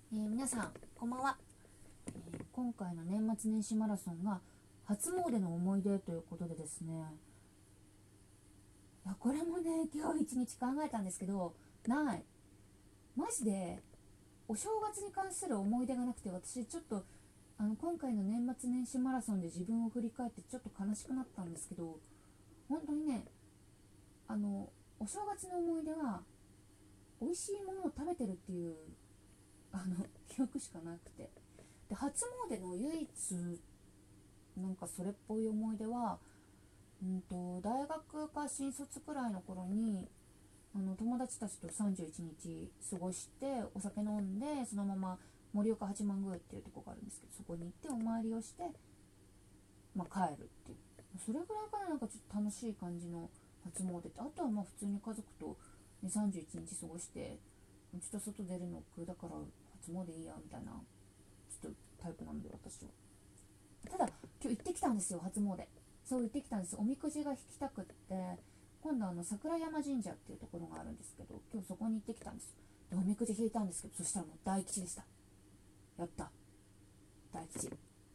皆さんこんばんは。今回の年末年始マラソンが初詣の思い出ということでですね、いやこれもね今日一日考えたんですけど、ないマジでお正月に関する思い出がなくて、私ちょっと今回の年末年始マラソンで自分を振り返ってちょっと悲しくなったんですけど、本当にね、あのお正月の思い出は美味しいものを食べてるっていう記憶しかなくて、で初詣の唯一なんかそれっぽい思い出は、大学か新卒くらいの頃に友達たちと31日過ごして、お酒飲んでそのまま盛岡八幡宮っていうとこがあるんですけど、そこに行ってお参りをして、帰るっていう、それぐらいかな。なんかちょっと楽しい感じの初詣って、あとは普通に家族と、ね、31日過ごして、ちょっと外出るの苦だから初詣いいやみたいなちょっとタイプなんで、私は。ただ今日行ってきたんですよ、初詣。そう行ってきたんです。おみくじが引きたくって、今度桜山神社っていうところがあるんですけど、今日そこに行ってきたんです。でおみくじ引いたんですけど、そしたらもう大吉でした。やった、大吉。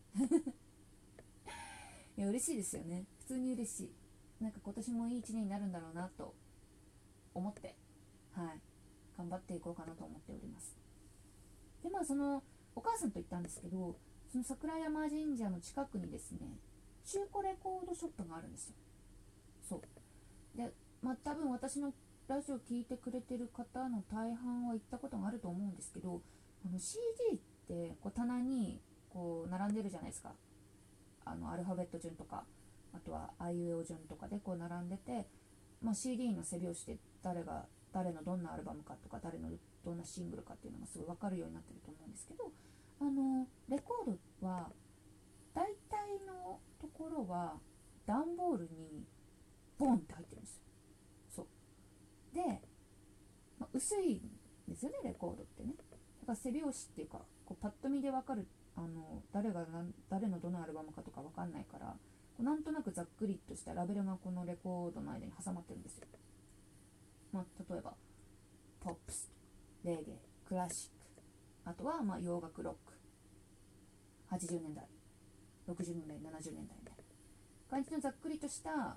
いや嬉しいですよね、普通に嬉しい。なんか今年もいい一年になるんだろうなと思って、はい、頑張っていこうかなと思っております。でそのお母さんと行ったんですけど、その桜山神社の近くにですね、中古レコードショップがあるんですよ。そうで、多分私のラジオ聞いてくれてる方の大半は行ったことがあると思うんですけど、CD ってこう棚にこう並んでるじゃないですか。アルファベット順とか、あとはあいうえお順とかでこう並んでて、CD の背表紙で誰のどんなアルバムかとか、誰のどんなシングルかっていうのがすごい分かるようになってると思うんですけど、レコードは大体のところは段ボールにボンって入ってるんですよ。そうで、薄いんですよね、レコードってね。だから背表紙っていうか、こうパッと見で分かる、誰のどのアルバムかとか分かんないから、こうなんとなくざっくりとしたラベルがこのレコードの間に挟まってるんですよ。例えばポップス、レゲエ、クラシック、あとは洋楽、ロック、80年代、60年代、70年代みたいな感じのざっくりとした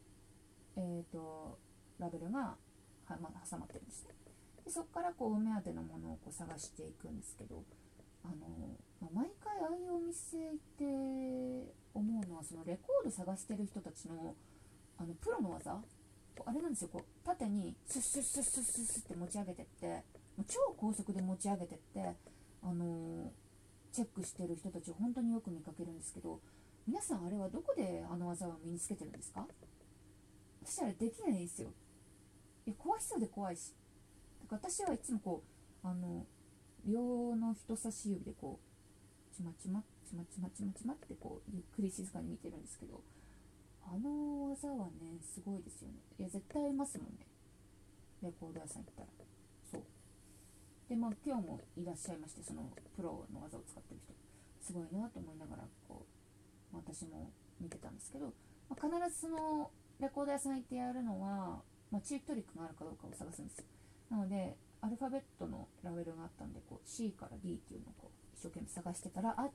ラベルが挟まってるんですね。でそこからこうお目当てのものをこう探していくんですけど、毎回ああいうお店行って思うのは、そのレコード探してる人たちのプロの技、あれなんですよ。こう縦にスッスッスッスッスッスッって持ち上げてって、もう超高速で持ち上げてって、チェックしてる人たちを本当によく見かけるんですけど、皆さんあれはどこであの技を身につけてるんですか？私あれできないんですよ。いや怖いそうで怖いし、だから私はいつもこう両の人差し指でこうちまちまちまちまちまちまってこうゆっくり静かに見てるんですけど、あの技はねすごいですよね。いや絶対いますもんね、レコード屋さん行ったら。そうで今日もいらっしゃいまして、そのプロの技を使ってる人すごいなと思いながらこう、私も見てたんですけど、必ずそのレコード屋さん行ってやるのは、チープトリックがあるかどうかを探すんですよ。なのでアルファベットのラベルがあったんで、こう C から D っていうのをこう一生懸命探してたらあって、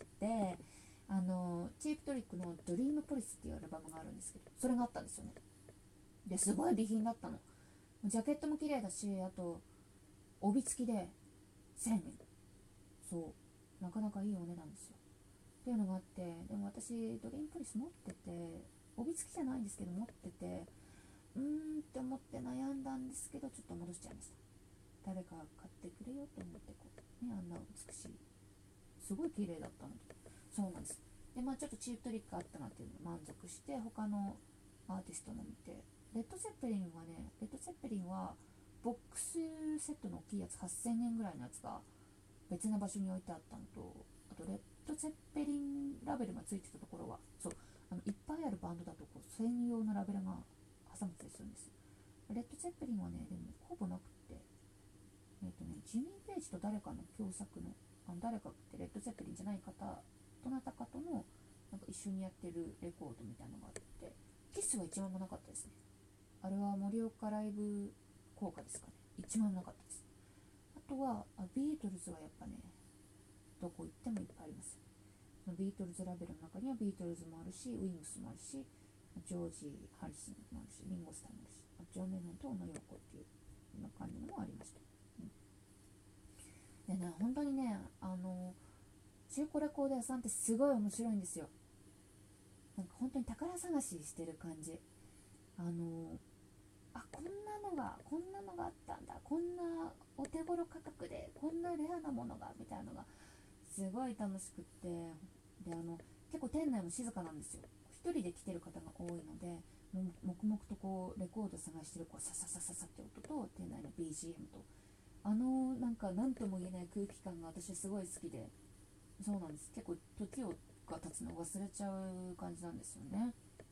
チープトリックのドリームポリスっていうアルバムがあるんですけど、それがあったんですよね。ですごい美品だったの。ジャケットも綺麗だし、あと帯付きで1000円。そうなかなかいいお値段ですよっていうのがあって、でも私ドリームポリス持ってて、帯付きじゃないんですけど持ってて、って思って悩んだんですけど、ちょっと戻しちゃいました。誰か買ってくれよと思って、こうね、あんな美しい、すごい綺麗だったので。そうなんです。でちょっとチープトリックあったなっていうのを満足して、他のアーティストの見て、レッド・ゼッペリンはボックスセットの大きいやつ8000円ぐらいのやつが別な場所に置いてあったのと、あとレッド・ゼッペリンラベルがついてたところは、そういっぱいあるバンドだとこう専用のラベルが挟まってたりするんですよ。レッド・ゼッペリンはね、でもほぼなくって、ジミー・ペイジと誰かの共作の、誰かってレッド・ゼッペリンじゃない方、どなたかとのなんか一緒にやってるレコードみたいなのがあって、キスは一枚もなかったですね。あれは盛岡ライブ効果ですかね。一枚もなかったです。あとはビートルズはやっぱねどこ行ってもいっぱいあります。ビートルズラベルの中にはビートルズもあるし、ウィングスもあるし、ジョージ・ハリスンもあるし、リンゴスターもあるし、ジョン・レノンとオノ・ヨーコっていうような感じのもありました。でね、本当にね、中古レコード屋さんってすごい面白いんですよ。なんか本当に宝探ししてる感じ。こんなのがあったんだ、こんなお手頃価格でこんなレアなものがみたいなのがすごい楽しくって、で結構店内も静かなんですよ。一人で来てる方が多いので、黙々とこうレコード探してるこうサササササって音と店内の BGM となんか何とも言えない空気感が私はすごい好きで、そうなんです。結構時が経つの忘れちゃう感じなんですよね。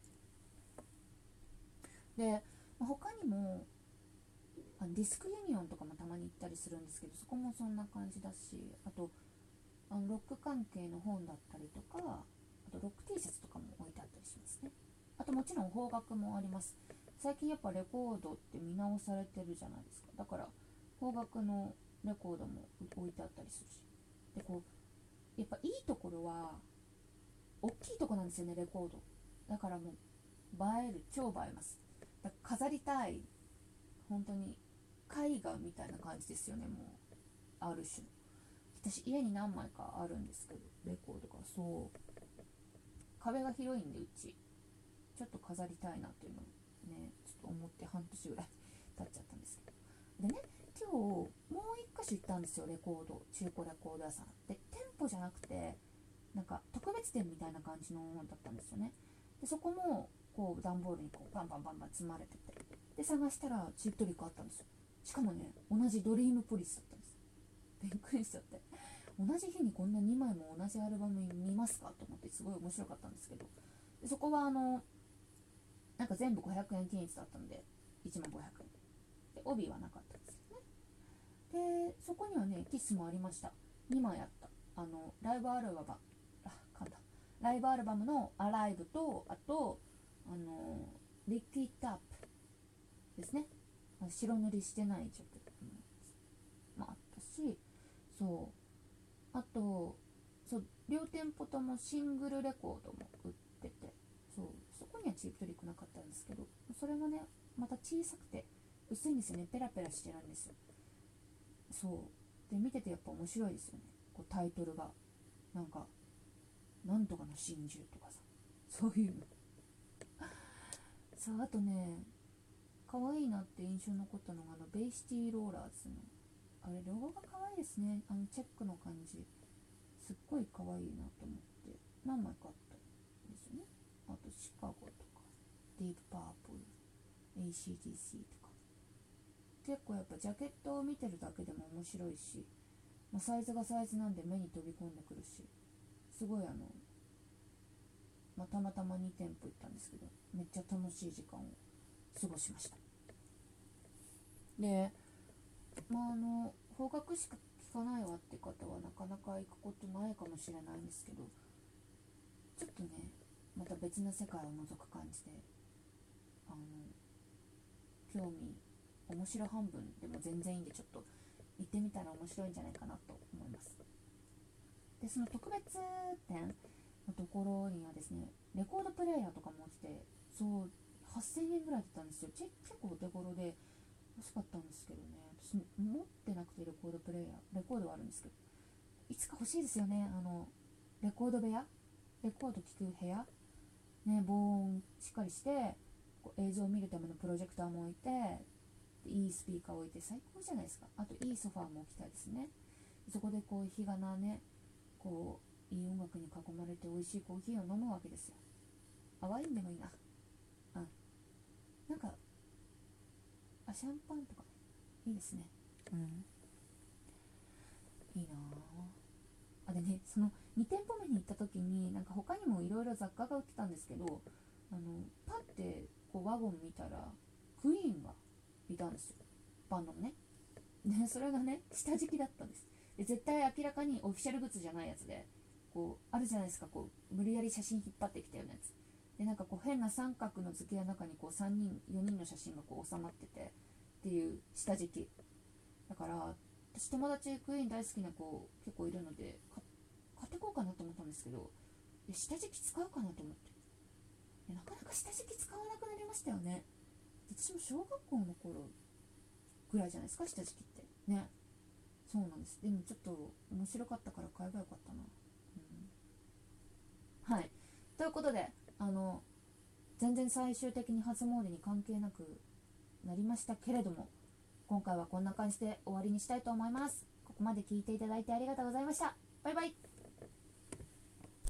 で、他にもディスクユニオンとかもたまに行ったりするんですけど、そこもそんな感じだし、あとロック関係の本だったりとか、あとロック T シャツとかも置いてあったりしますね。あともちろん邦楽もあります。最近やっぱレコードって見直されてるじゃないですか。だから邦楽のレコードも置いてあったりするし、でやっぱいいところは大きいとこなんですよね、レコードだから。もう映える、超映えます。だから飾りたい、本当に絵画みたいな感じですよね。もうある種、私家に何枚かあるんですけど、レコードが、そう壁が広いんで、うちちょっと飾りたいなっていうのをね、ちょっと思って半年ぐらい経っちゃったんですけど、でね、今日もう一箇所行ったんですよ、レコード、中古レコード屋さんで。店舗じゃなくてなんか特別店みたいな感じのだったんですよね。でそこもこう段ボールにこうバンバンバンバン積まれてて、で探したらチープトリックあったんですよ。しかもね、同じドリームポリスだったんです。びっくりしちゃって、同じ日にこんな2枚も同じアルバム見ますかと思って、すごい面白かったんですけど、でそこはなんか全部500円均一だったので1万500円で、帯はなかったんですよね。でそこにはね、キスもありました。2枚あった。ライブアルバム、噛んだ、ライブアルバムのアライブと、あとリッキータップですね、白塗りしてないジャケットもあったし、そうあと、そう両店舗ともシングルレコードも売ってて、そこにはチープトリックなかったんですけど、それもね、また小さくて薄いんですよね。ペラペラしてるんですよ。そうで、見ててやっぱ面白いですよね。こうタイトルがなんかなんとかの真珠とかさ、そういうの。あとね、可愛いなって印象に残ったのがベイシティローラーズのあれ、ロゴが可愛いですね。チェックの感じすっごい可愛いなと思って何枚かあったんですよね。あとシカゴとかディープパープル、 ACDC とか、結構やっぱジャケットを見てるだけでも面白いし、サイズがサイズなんで目に飛び込んでくるし、すごいたまたま2店舗行ったんですけど、めっちゃ楽しい時間を過ごしました。で、邦楽しか聞かないわって方はなかなか行くことないかもしれないんですけど、ちょっとね、また別の世界を覗く感じで、興味、面白半分でも全然いいんで、ちょっと行ってみたら面白いんじゃないかなと思います。で、その特別展のところにはですね、レコードプレーヤーとかも来て、そう8000円ぐらいだったんですよ。結構お手頃で欲しかったんですけどね、私持ってなくて、レコードプレーヤー、レコードはあるんですけど、いつか欲しいですよね。レコード部屋、レコード聴く部屋ね、防音しっかりして、こう映像を見るためのプロジェクターも置いて、いいスピーカーを置いて最高じゃないですか。あといいソファーも置きたいですね。そこでこう日がなね、こういい音楽に囲まれて美味しいコーヒーを飲むわけですよ。ワインでもいいな。なんかシャンパンとかね、いいですね。いいなでね、その2店舗目に行った時に、なんか他にもいろいろ雑貨が売ってたんですけど、パッてこうワゴン見たらクイーンがいたんですよ、バンドのね。でそれがね、下敷きだったんです。で絶対明らかにオフィシャルグッズじゃないやつで、こうあるじゃないですか、こう無理やり写真引っ張ってきたようなやつで、なんかこう変な三角の図形の中にこう3人4人の写真がこう収まっててっていう下敷きだから、私友達クイーン大好きな子結構いるので、買っ買ってこうかなと思ったんですけど、下敷き使うかなと思って、なかなか下敷き使わなくなりましたよね。私も小学校の頃ぐらいじゃないですか、下敷きってね。そうなんです。でもちょっと面白かったから買えばよかったな。はい、ということで全然最終的に初詣に関係なくなりましたけれども、今回はこんな感じで終わりにしたいと思います。ここまで聞いていただいてありがとうございました。バイバイ。